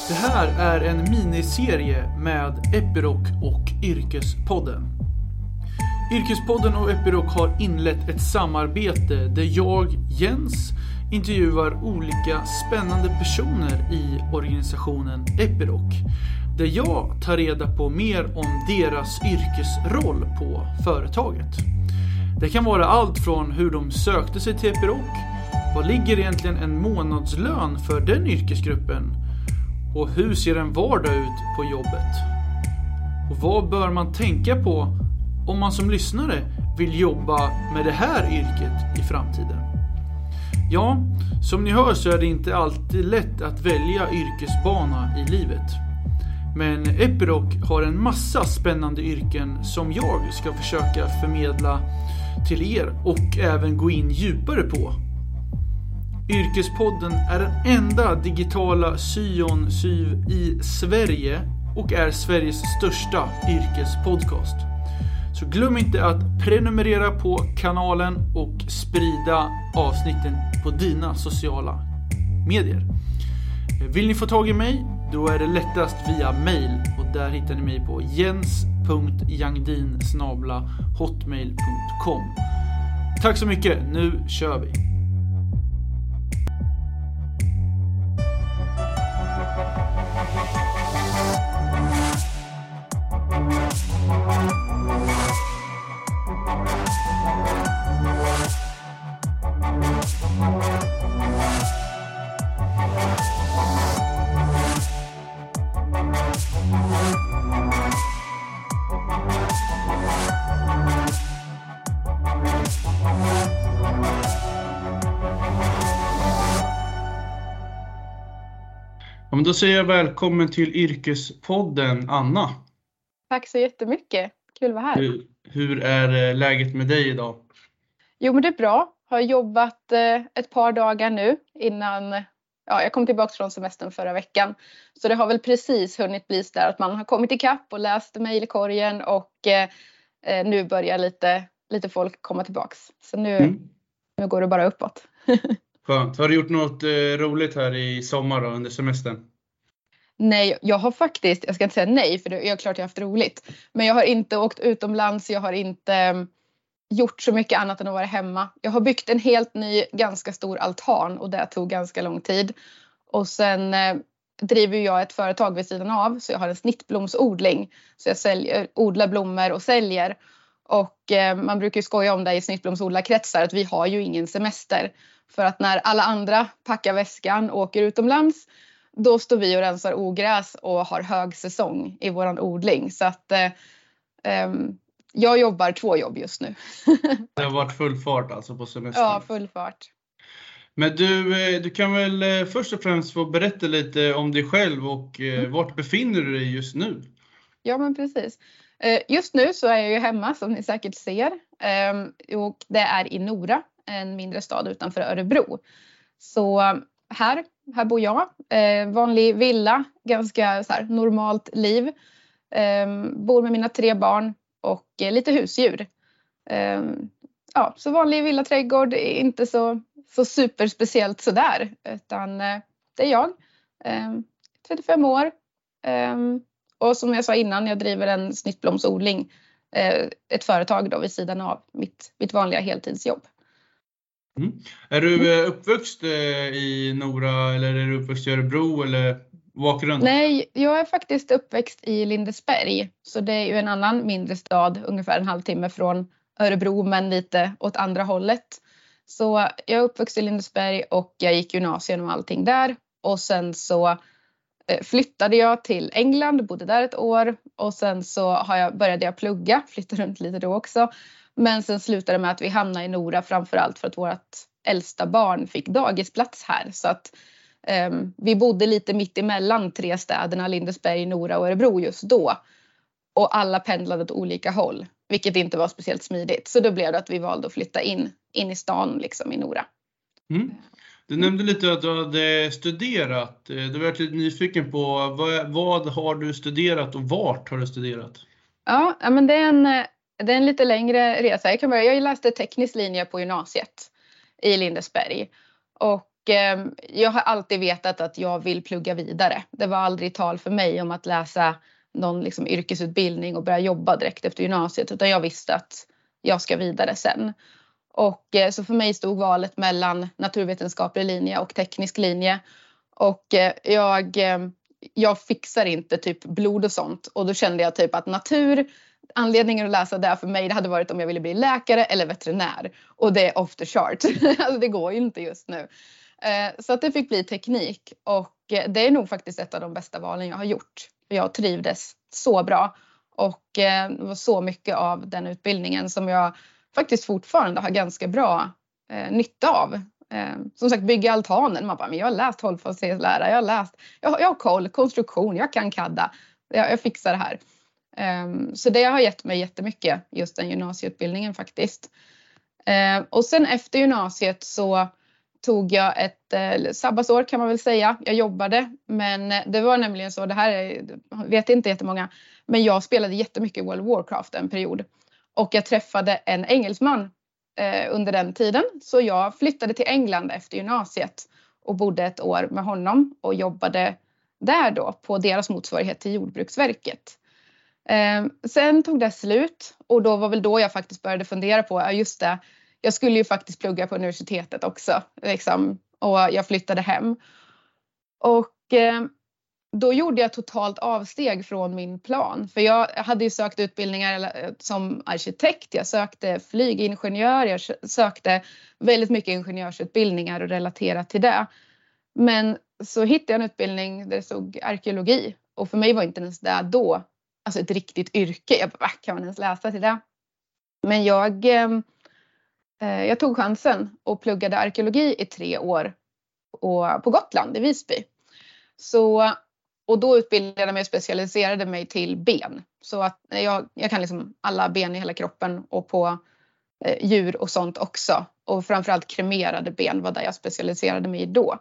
Det här är en miniserie med Epiroc och Yrkespodden. Yrkespodden och Epiroc har inlett ett samarbete där jag, Jens, intervjuar olika spännande personer i organisationen Epiroc. Där jag tar reda på mer om deras yrkesroll på företaget. Det kan vara allt från hur de sökte sig till Epiroc, vad ligger egentligen en månadslön för den yrkesgruppen och hur ser en vardag ut på jobbet. Och vad bör man tänka på om man som lyssnare vill jobba med det här yrket i framtiden. Ja, som ni hör så är det inte alltid lätt att välja yrkesbana i livet. Men Epiroc har en massa spännande yrken som jag ska försöka förmedla till er och även gå in djupare på. Yrkespodden är den enda digitala syon-syv i Sverige och är Sveriges största yrkespodcast. Så glöm inte att prenumerera på kanalen och sprida avsnitten på dina sociala medier. Vill ni få tag i mig? Då är det lättast via mail och där hittar ni mig på jens.jangdin@hotmail.com. Tack så mycket, nu kör vi! Ja, men då säger jag välkommen till Yrkespodden, Anna. Tack så jättemycket. Kul att vara här. Hur är läget med dig idag? Jo, men det är bra. Har jobbat ett par dagar nu innan jag kom tillbaka från semestern förra veckan. Så det har väl precis hunnit bli så där att man har kommit ikapp och läst mejlkorgen och nu börjar lite folk komma tillbaks. Så nu går det bara uppåt. Skönt. Har du gjort något roligt här i sommar då, under semestern? Nej, jag har faktiskt, jag ska inte säga nej för det är klart jag har haft roligt. Men jag har inte åkt utomlands, jag har inte gjort så mycket annat än att vara hemma. Jag har byggt en helt ny, ganska stor altan och det tog ganska lång tid. Och sen driver jag ett företag vid sidan av så jag har en snittblomsodling. Så jag odlar blommor och säljer. Och man brukar ju skoja om det i snittblomsodlarkretsar att vi har ju ingen semester. För att när alla andra packar väskan och åker utomlands, då står vi och rensar ogräs och har högsäsong i våran odling. Så att jag jobbar 2 jobb just nu. Det har varit full fart alltså på semestern? Ja, full fart. Men du kan väl först och främst få berätta lite om dig själv och vart befinner du dig just nu? Ja, men precis. Just nu så är jag ju hemma som ni säkert ser. Och det är i Nora, en mindre stad utanför Örebro. Så här bor jag. Vanlig villa, ganska så här, normalt liv. Bor med mina 3 barn och lite husdjur. Så vanlig villaträdgård, inte så superspeciellt sådär. Utan det är jag. 35 år. Och som jag sa innan, jag driver en snittblomsodling. Ett företag då vid sidan av mitt vanliga heltidsjobb. Är du uppväxt i Nora eller är du uppväxt i Örebro eller bakgrund? Nej, jag är faktiskt uppväxt i Lindesberg. Så det är ju en annan mindre stad, ungefär en halvtimme från Örebro men lite åt andra hållet. Så jag är uppväxt i Lindesberg och jag gick gymnasium och allting där. Och sen så flyttade jag till England, bodde där ett år. Och sen så började jag plugga, flyttade runt lite då också. Men sen slutade det med att vi hamnade i Nora framförallt för att vårt äldsta barn fick dagisplats här. Så att vi bodde lite mitt emellan 3 städerna, Lindesberg, Nora och Örebro just då. Och alla pendlade åt olika håll, vilket inte var speciellt smidigt. Så då blev det att vi valde att flytta in i stan liksom i Nora. Du nämnde lite att du hade studerat. Du var lite nyfiken på vad har du studerat och vart har du studerat? Ja, men det är en lite längre resa. Jag läste teknisk linje på gymnasiet i Lindesberg. Och jag har alltid vetat att jag vill plugga vidare. Det var aldrig tal för mig om att läsa någon liksom yrkesutbildning och börja jobba direkt efter gymnasiet. Utan jag visste att jag ska vidare sen. Och så för mig stod valet mellan naturvetenskaplig linje och teknisk linje. Och jag fixar inte typ blod och sånt. Och då kände jag typ att anledningen att läsa det för mig, det hade varit om jag ville bli läkare eller veterinär. Och det är off the chart. Alltså det går ju inte just nu. Så att det fick bli teknik. Och det är nog faktiskt ett av de bästa valen jag har gjort. Jag trivdes så bra. Och det var så mycket av den utbildningen som jag faktiskt fortfarande har ganska bra nytta av. Som sagt, bygga altanen. Man bara, men jag har läst hållfasthetslära. Jag har koll, konstruktion, jag kan kadda. Jag fixar det här. Så det har gett mig jättemycket, just den gymnasieutbildningen faktiskt. Och sen efter gymnasiet så tog jag ett sabbatsår kan man väl säga. Jag jobbade, men det var nämligen så, det här vet inte jättemånga, men jag spelade jättemycket World of Warcraft en period. Och jag träffade en engelsman under den tiden. Så jag flyttade till England efter gymnasiet och bodde ett år med honom och jobbade där då på deras motsvarighet till Jordbruksverket. Sen tog det slut och då var väl då jag faktiskt började fundera på, just det, jag skulle ju faktiskt plugga på universitetet också liksom, och jag flyttade hem. Och då gjorde jag totalt avsteg från min plan. För jag hade ju sökt utbildningar som arkitekt, jag sökte flygingenjör, jag sökte väldigt mycket ingenjörsutbildningar och relaterat till det. Men så hittade jag en utbildning där det stod arkeologi. Och för mig var inte ens det då alltså ett riktigt yrke. Jag bara, kan man ens läsa till det? Men jag tog chansen och pluggade arkeologi i 3 år på Gotland i Visby. Och då utbildade jag mig och specialiserade mig till ben. Så att jag kan liksom alla ben i hela kroppen och på djur och sånt också. Och framförallt kremerade ben var där jag specialiserade mig i då.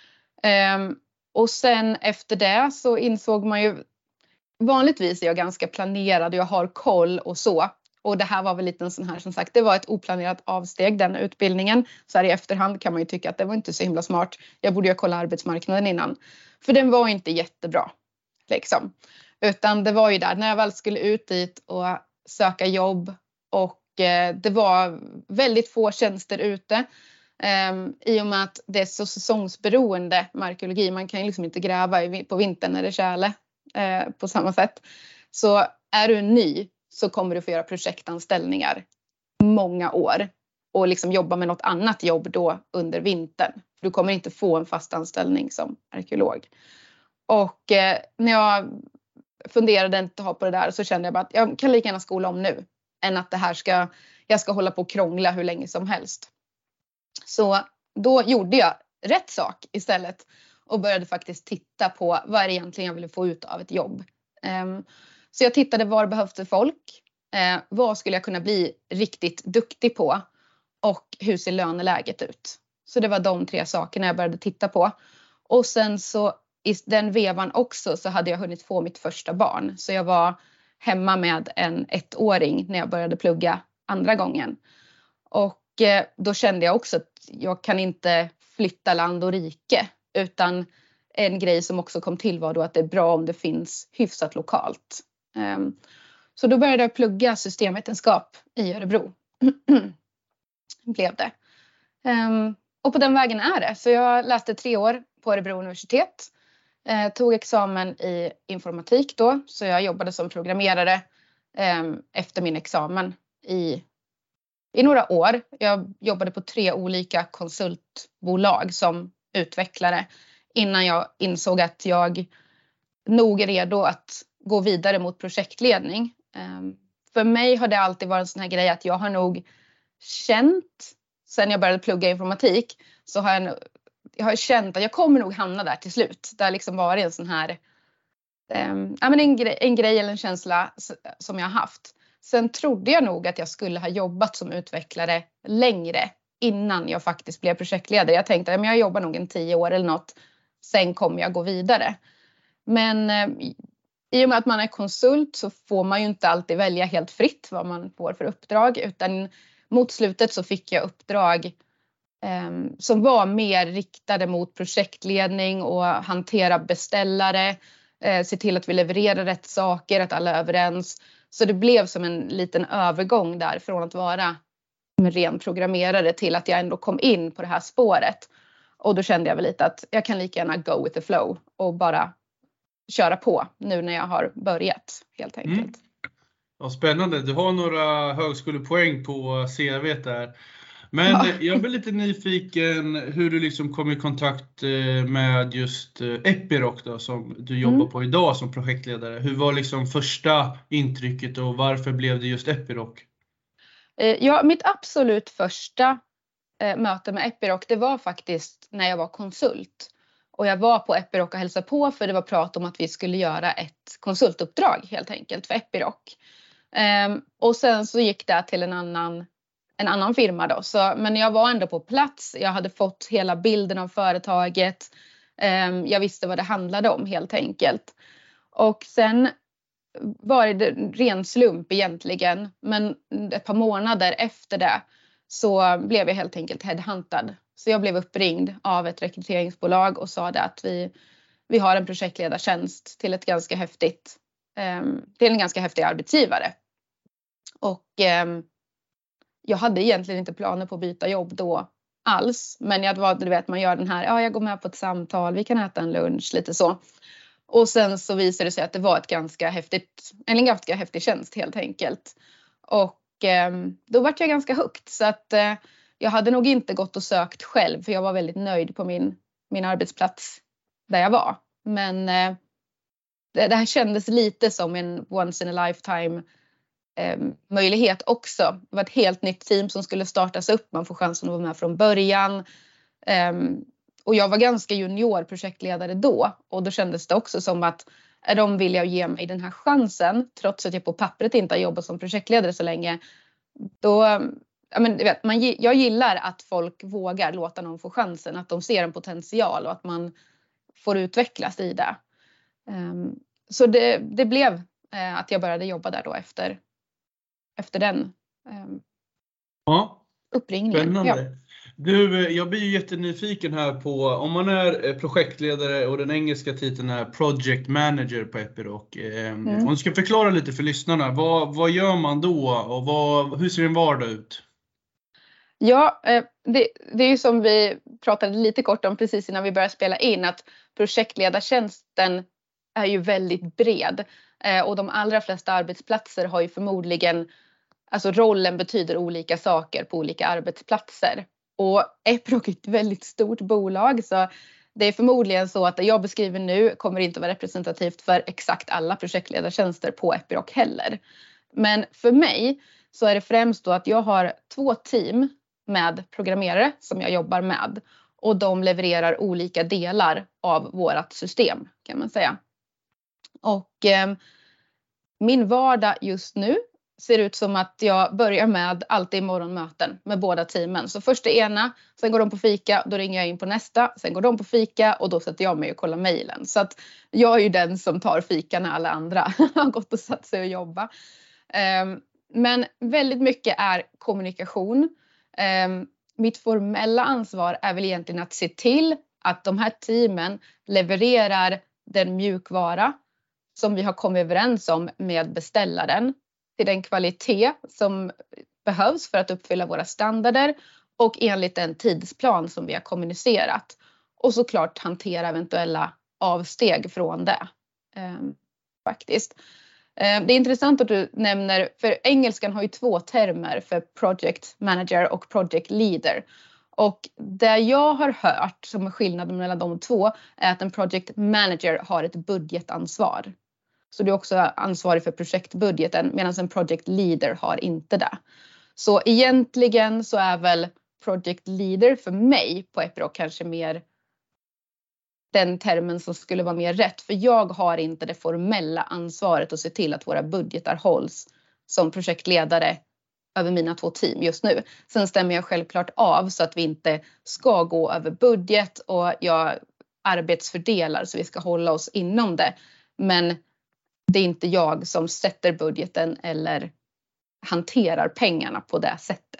Och sen efter det så insåg man ju, vanligtvis är jag ganska planerad och jag har koll och så. Och det här var väl lite en sån här, som sagt, det var ett oplanerat avsteg, den utbildningen. Så här i efterhand kan man ju tycka att det var inte så himla smart. Jag borde ju kolla arbetsmarknaden innan. För den var inte jättebra, liksom. Utan det var ju där, när jag väl skulle ut dit och söka jobb. Och det var väldigt få tjänster ute. I och med att det är så säsongsberoende med arkeologi. Man kan ju liksom inte gräva på vintern när det är tjäle på samma sätt. Så är du ny så kommer du få göra projektanställningar många år. Och liksom jobba med något annat jobb då under vintern. Du kommer inte få en fast anställning som arkeolog. Och när jag funderade inte ha på det där så kände jag bara att jag kan lika gärna skola om nu. Än att jag ska hålla på och krångla hur länge som helst. Så då gjorde jag rätt sak istället. Och började faktiskt titta på vad det egentligen jag ville få ut av ett jobb. Så jag tittade var behövs det folk. Vad skulle jag kunna bli riktigt duktig på. Och hur ser löneläget ut. Så det var de 3 sakerna jag började titta på. Och sen så i den vevan också så hade jag hunnit få mitt första barn. Så jag var hemma med en 1-åring när jag började plugga andra gången. Och då kände jag också att jag kan inte flytta land och rike. Utan en grej som också kom till var då att det är bra om det finns hyfsat lokalt. Så då började jag plugga systemvetenskap i Örebro. Blev det. Och på den vägen är det. Så jag läste 3 år på Örebro universitet. Tog examen i informatik då. Så jag jobbade som programmerare efter min examen i några år. Jag jobbade på 3 olika konsultbolag som utvecklare. Innan jag insåg att jag nog är redo att gå vidare mot projektledning. För mig har det alltid varit en sån här grej att jag har nog känt, sen jag började plugga informatik, så har jag känt att jag kommer nog hamna där till slut. Det har liksom varit en sån här, en grej eller en känsla som jag har haft. Sen trodde jag nog att jag skulle ha jobbat som utvecklare längre innan jag faktiskt blev projektledare. Jag tänkte att jag jobbar nog 10 år eller något, sen kommer jag gå vidare. Men i och med att man är konsult så får man ju inte alltid välja helt fritt vad man får för uppdrag. Utan mot slutet så fick jag uppdrag som var mer riktade mot projektledning och hantera beställare, se till att vi levererar rätt saker, att alla är överens. Så det blev som en liten övergång där från att vara en ren programmerare till att jag ändå kom in på det här spåret. Och då kände jag väl lite att jag kan lika gärna go with the flow och bara köra på nu när jag har börjat helt enkelt. Ja, spännande. Du har några högskolepoäng på CV där. Men jag blir lite nyfiken hur du liksom kom i kontakt med just Epiroc då, som du jobbar på idag som projektledare. Hur var liksom första intrycket och varför blev det just Epiroc? Ja, mitt absolut första möte med Epiroc, det var faktiskt när jag var konsult. Och jag var på Epiroc och hälsade på för det var prat om att vi skulle göra ett konsultuppdrag helt enkelt för Epiroc. Och sen så gick det till en annan firma då. Men jag var ändå på plats. Jag hade fått hela bilden av företaget. Jag visste vad det handlade om helt enkelt. Och sen var det ren slump egentligen. Men ett par månader efter det så blev jag helt enkelt headhuntad. Så jag blev uppringd av ett rekryteringsbolag och sa det att vi har en projektledartjänst till en ganska häftig arbetsgivare. Och jag hade egentligen inte planer på att byta jobb då alls. Men man gör den här, jag går med på ett samtal, vi kan äta en lunch, lite så. Och sen så visade det sig att det var en ganska häftig tjänst helt enkelt. Och då var jag ganska hooked. Så att jag hade nog inte gått och sökt själv. För jag var väldigt nöjd på min arbetsplats där jag var. Men det här kändes lite som en once in a lifetime möjlighet också. Det var ett helt nytt team som skulle startas upp. Man får chansen att vara med från början. Och jag var ganska junior projektledare då. Och då kändes det också som att de vill jag ge mig den här chansen. Trots att jag på pappret inte har jobbat som projektledare så länge. Jag gillar att folk vågar låta någon få chansen. Att de ser en potential och att man får utvecklas i det. Så det blev att jag började jobba där då efter den uppringningen. Spännande. Ja. Du, jag blir ju jättenyfiken här på om man är projektledare och den engelska titeln är project manager på Epiroc. Om du ska förklara lite för lyssnarna, vad gör man då och hur ser en vardag ut? Ja, det är ju som vi pratade lite kort om precis innan vi började spela in att projektledartjänsten är ju väldigt bred. Och de allra flesta arbetsplatser har ju förmodligen, alltså rollen betyder olika saker på olika arbetsplatser. Och Epiroc är ett väldigt stort bolag så det är förmodligen så att det jag beskriver nu kommer inte vara representativt för exakt alla projektledartjänster på Epiroc heller. Men för mig så är det främst då att jag har 2 team med programmerare som jag jobbar med. Och de levererar olika delar av vårat system kan man säga. Och min vardag just nu ser ut som att jag börjar med alltid morgonmöten med båda teamen. Så först det ena, sen går de på fika, då ringer jag in på nästa. Sen går de på fika och då sätter jag mig och kollar mejlen. Så att jag är ju den som tar fika när alla andra har gått och satt sig och jobba. Men väldigt mycket är kommunikation. Mitt formella ansvar är väl egentligen att se till att de här teamen levererar den mjukvara som vi har kommit överens om med beställaren till den kvalitet som behövs för att uppfylla våra standarder och enligt den tidsplan som vi har kommunicerat. Och såklart hantera eventuella avsteg från det faktiskt. Det är intressant att du nämner, för engelskan har ju 2 termer för project manager och project leader. Och det jag har hört som är skillnaden mellan de 2 är att en project manager har ett budgetansvar. Så du är också ansvarig för projektbudgeten medan en project leader har inte det. Så egentligen så är väl project leader för mig på Epiroc kanske mer den termen som skulle vara mer rätt. För jag har inte det formella ansvaret att se till att våra budgetar hålls som projektledare över mina 2 team just nu. Sen stämmer jag självklart av så att vi inte ska gå över budget och jag arbetsfördelar så vi ska hålla oss inom det. Men det är inte jag som sätter budgeten eller hanterar pengarna på det sättet.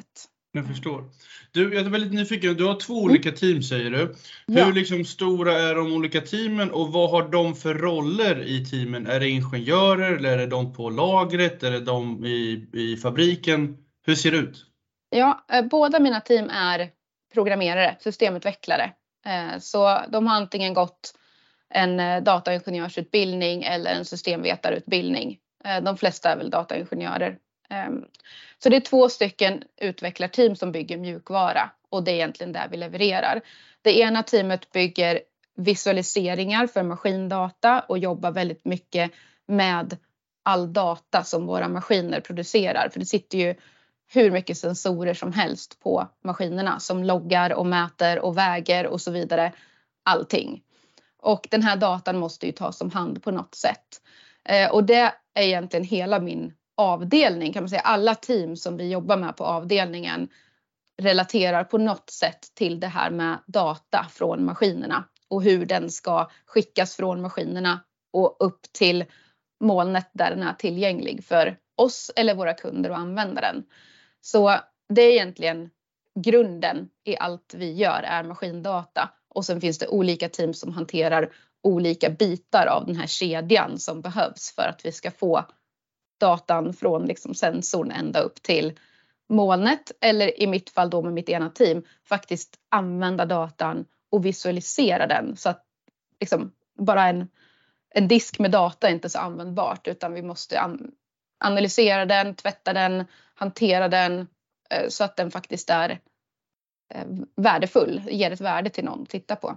Jag förstår. Du, jag är väldigt nyfiken. Du har 2 olika team säger du. Ja. Hur liksom stora är de olika teamen och vad har de för roller i teamen? Är det ingenjörer eller är det de på lagret? Är det de i fabriken? Hur ser det ut? Ja, båda mina team är programmerare, systemutvecklare. Så de har antingen gått en dataingenjörsutbildning eller en systemvetarutbildning. De flesta är väl dataingenjörer. Så det är 2 stycken utvecklarteam som bygger mjukvara och det är egentligen där vi levererar. Det ena teamet bygger visualiseringar för maskindata och jobbar väldigt mycket med all data som våra maskiner producerar. För det sitter ju hur mycket sensorer som helst på maskinerna som loggar och mäter och väger och så vidare. Allting. Och den här datan måste ju tas om hand på något sätt. Och det är egentligen hela min avdelning kan man säga. Alla team som vi jobbar med på avdelningen relaterar på något sätt till det här med data från maskinerna. Och hur den ska skickas från maskinerna och upp till molnet där den är tillgänglig för oss eller våra kunder och användaren. Så det är egentligen grunden i allt vi gör är maskindata. Och sen finns det olika team som hanterar olika bitar av den här kedjan som behövs för att vi ska få datan från liksom sensorn ända upp till molnet. Eller i mitt fall då med mitt ena team faktiskt använda datan och visualisera den. Så att liksom bara en disk med data är inte så användbart utan vi måste analysera den, tvätta den, hantera den så att den faktiskt är värdefull, ger ett värde till någon att titta på.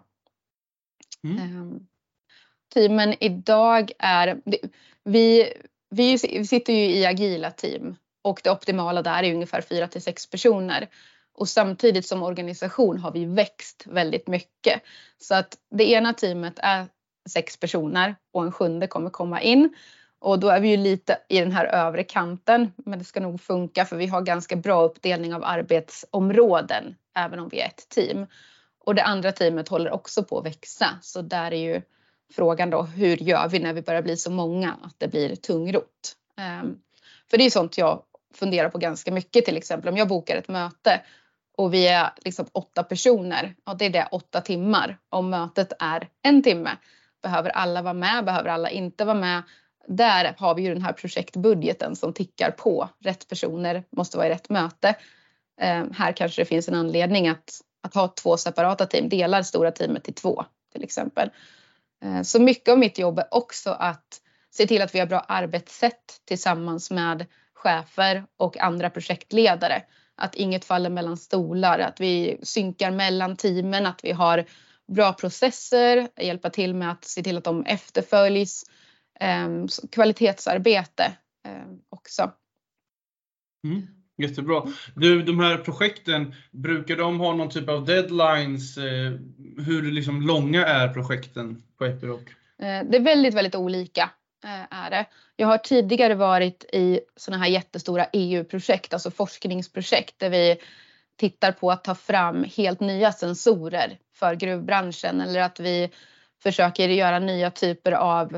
Teamen idag är, vi sitter ju i agila team och det optimala där är ungefär 4 till 6 personer. Och samtidigt som organisation har vi växt väldigt mycket. Så att det ena teamet är 6 personer och en 7:e kommer komma in. Och då är vi ju lite i den här övre kanten. Men det ska nog funka för vi har ganska bra uppdelning av arbetsområden. Även om vi är ett team. Och det andra teamet håller också på att växa. Så där är ju frågan då hur gör vi när vi börjar bli så många att det blir tungrot. För det är sånt jag funderar på ganska mycket till exempel. Om jag bokar ett möte och vi är liksom 8 personer. Ja, det är det 8 timmar. Om mötet är 1 timme. Behöver alla vara med? Behöver alla inte vara med? Där har vi ju den här projektbudgeten som tickar på. Rätt personer måste vara i rätt möte. Här kanske det finns en anledning att ha 2 separata team. Delar stora teamet till 2 till exempel. Så mycket av mitt jobb är också att se till att vi har bra arbetssätt tillsammans med chefer och andra projektledare. Att inget faller mellan stolar. Att vi synkar mellan teamen. Att vi har bra processer. Hjälpa till med att se till att de efterföljs. Kvalitetsarbete också. Jättebra. Du, de här projekten, brukar de ha någon typ av deadlines? Hur liksom långa är projekten på Epiroc? Det är väldigt, väldigt olika är det. Jag har tidigare varit i såna här jättestora EU-projekt, alltså forskningsprojekt där vi tittar på att ta fram helt nya sensorer för gruvbranschen eller att vi försöker göra nya typer av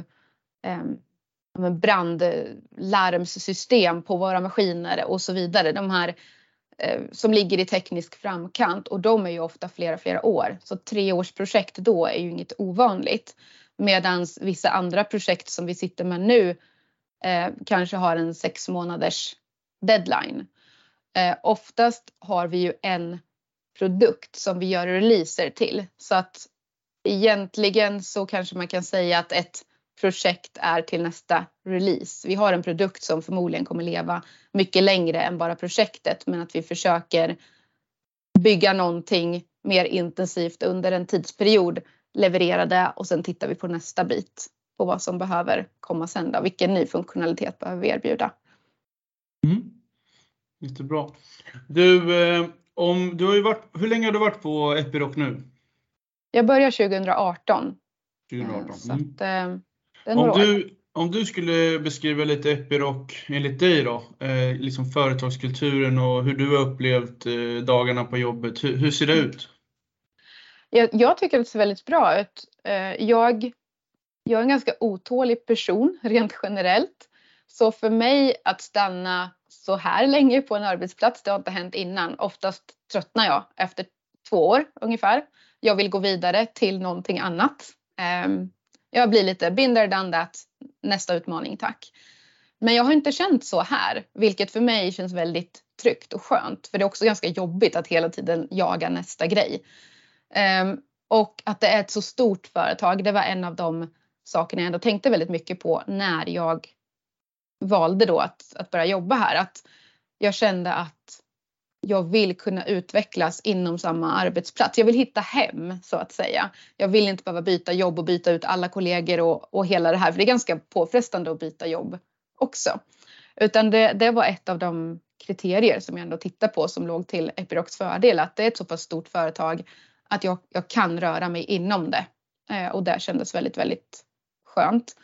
brandlarmssystem på våra maskiner och så vidare. De här som ligger i teknisk framkant och de är ju ofta flera år. Så 3-årsprojekt då är ju inget ovanligt. Medan vissa andra projekt som vi sitter med nu kanske har en 6 månaders deadline. Oftast har vi ju en produkt som vi gör releaser till. Så att egentligen så kanske man kan säga att ett projekt är till nästa release. Vi har en produkt som förmodligen kommer leva mycket längre än bara projektet. Men att vi försöker bygga någonting mer intensivt under en tidsperiod. Leverera det och sen tittar vi på nästa bit. På vad som behöver komma sen då. Vilken ny funktionalitet behöver vi erbjuda. Jättebra. Du, du har ju hur länge har du varit på Epiroc nu? Jag började 2018. 2018. Så att, det är några år. Om du skulle beskriva lite Epiroc enligt dig då, liksom företagskulturen och hur du har upplevt dagarna på jobbet, hur ser det ut? Jag tycker det ser väldigt bra ut. Jag är en ganska otålig person rent generellt. Så för mig att stanna så här länge på en arbetsplats. Det har inte hänt innan. Oftast tröttnar jag efter 2 år ungefär. Jag vill gå vidare till någonting annat. Jag blir lite binder done that. Nästa utmaning, tack. Men jag har inte känt så här. Vilket för mig känns väldigt tryggt och skönt. För det är också ganska jobbigt att hela tiden jaga nästa grej. Och att det är ett så stort företag. Det var en av de sakerna jag ändå tänkte väldigt mycket på när jag valde då att börja jobba här. Att jag kände att jag vill kunna utvecklas inom samma arbetsplats. Jag vill hitta hem så att säga. Jag vill inte behöva byta jobb och byta ut alla kollegor och hela det här. För det är ganska påfrestande att byta jobb också. Utan det var ett av de kriterier som jag ändå tittar på som låg till Epirocs fördel. Att det är ett så pass stort företag att jag kan röra mig inom det. Och det kändes väldigt, väldigt skönt.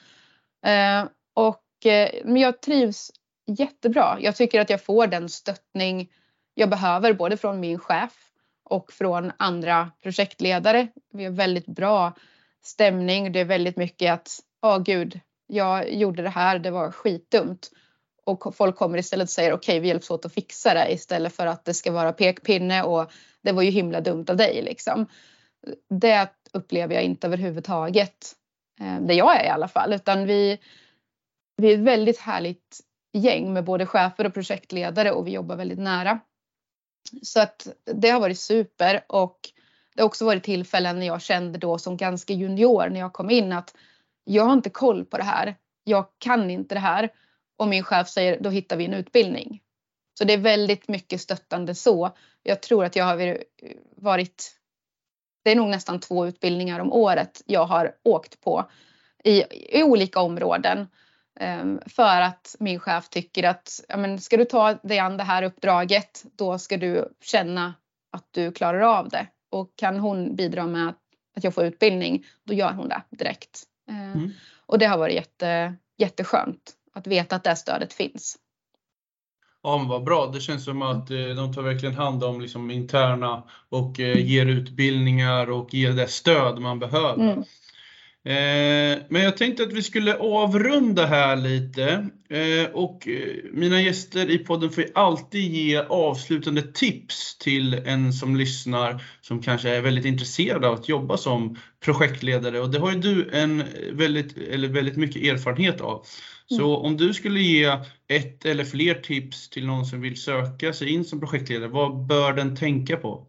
Men jag trivs jättebra. Jag tycker att jag får den stöttning jag behöver både från min chef och från andra projektledare. Vi har väldigt bra stämning. Det är väldigt mycket att, gud, jag gjorde det här, det var skitdumt. Och folk kommer istället och säger okej, vi hjälps åt att fixa det istället för att det ska vara pekpinne och det var ju himla dumt av dig liksom. Det upplever jag inte överhuvudtaget. Det jag är i alla fall. Utan vi är ett väldigt härligt gäng med både chefer och projektledare och vi jobbar väldigt nära. Så att det har varit super och det har också varit tillfällen när jag kände då som ganska junior när jag kom in att jag har inte koll på det här. Jag kan inte det här. Och min chef säger då hittar vi en utbildning. Så det är väldigt mycket stöttande så. Jag tror att jag har varit, det är nog nästan 2 utbildningar om året jag har åkt på i olika områden. För att min chef tycker att ska du ta dig an det här uppdraget då ska du känna att du klarar av det. Och kan hon bidra med att jag får utbildning då gör hon det direkt. Och det har varit jätteskönt att veta att det stödet finns. Ja, men vad bra. Det känns som att de tar verkligen hand om liksom interna och ger utbildningar och ger det stöd man behöver. Men jag tänkte att vi skulle avrunda här lite och mina gäster i podden får alltid ge avslutande tips till en som lyssnar som kanske är väldigt intresserad av att jobba som projektledare och det har ju du en väldigt mycket erfarenhet av. Så om du skulle ge ett eller fler tips till någon som vill söka sig in som projektledare, vad bör den tänka på?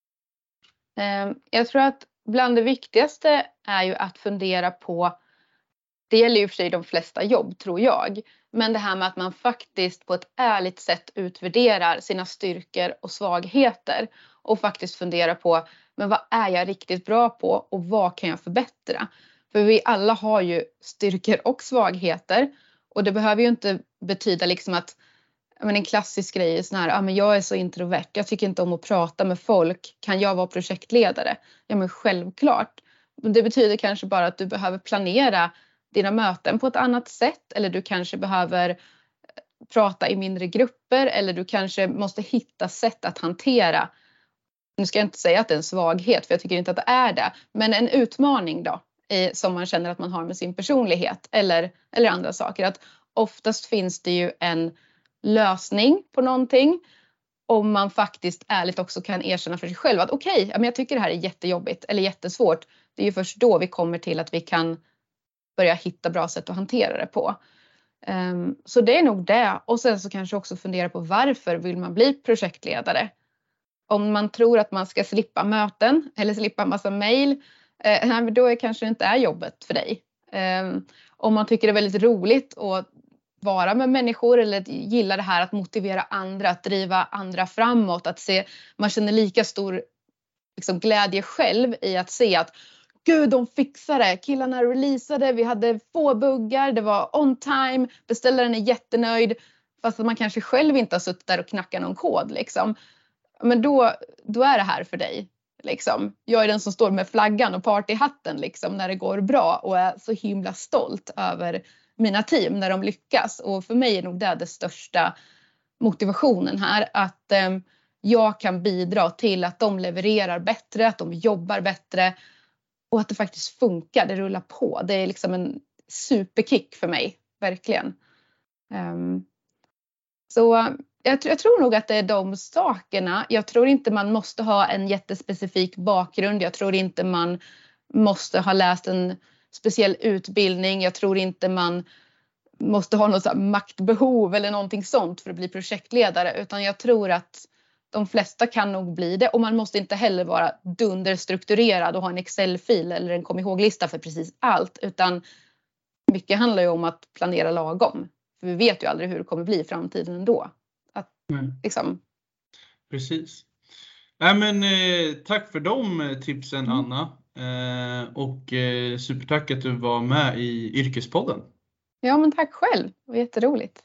Jag tror att bland det viktigaste är ju att fundera på, det gäller ju för sig de flesta jobb tror jag, men det här med att man faktiskt på ett ärligt sätt utvärderar sina styrkor och svagheter och faktiskt fundera på, men vad är jag riktigt bra på och vad kan jag förbättra? För vi alla har ju styrkor och svagheter och det behöver ju inte betyda liksom att en klassisk grej är sån här, men jag är så introvert, jag tycker inte om att prata med folk, kan jag vara projektledare? Ja men självklart. Det betyder kanske bara att du behöver planera dina möten på ett annat sätt eller du kanske behöver prata i mindre grupper eller du kanske måste hitta sätt att hantera. Nu ska jag inte säga att det är en svaghet för jag tycker inte att det är det, men en utmaning då som man känner att man har med sin personlighet eller andra saker. Att oftast finns det ju en lösning på någonting om man faktiskt ärligt också kan erkänna för sig själv att okej, men jag tycker det här är jättejobbigt eller jättesvårt. Det är ju först då vi kommer till att vi kan börja hitta bra sätt att hantera det på. Så det är nog det. Och sen så kanske också fundera på varför vill man bli projektledare? Om man tror att man ska slippa möten eller slippa en massa mejl, då kanske det inte är jobbet för dig. Om man tycker det är väldigt roligt att vara med människor eller gilla det här att motivera andra, att driva andra framåt, att se, man känner lika stor liksom, glädje själv i att se att gud, de fixade det, killarna releasade, vi hade få buggar, det var on time, beställaren är jättenöjd, fast att man kanske själv inte har suttit där och knackat någon kod liksom. Men då är det här för dig. Liksom. Jag är den som står med flaggan och partyhatten liksom, när det går bra och är så himla stolt över mina team när de lyckas. Och för mig är nog det största motivationen här. Att jag kan bidra till att de levererar bättre, att de jobbar bättre och att det faktiskt funkar, det rullar på. Det är liksom en superkick för mig, verkligen. Så jag tror nog att det är de sakerna. Jag tror inte man måste ha en jättespecifik bakgrund. Jag tror inte man måste ha läst en speciell utbildning. Jag tror inte man måste ha något så här maktbehov eller någonting sånt för att bli projektledare. Utan jag tror att de flesta kan nog bli det. Och man måste inte heller vara dunderstrukturerad och ha en Excel-fil eller en kom ihåg-lista för precis allt. Utan mycket handlar ju om att planera lagom. För vi vet ju aldrig hur det kommer bli i framtiden ändå. Liksom. Precis. Tack för de tipsen, Anna. Och supertack att du var med i Yrkespodden. Ja, men tack själv. Det var jätteroligt.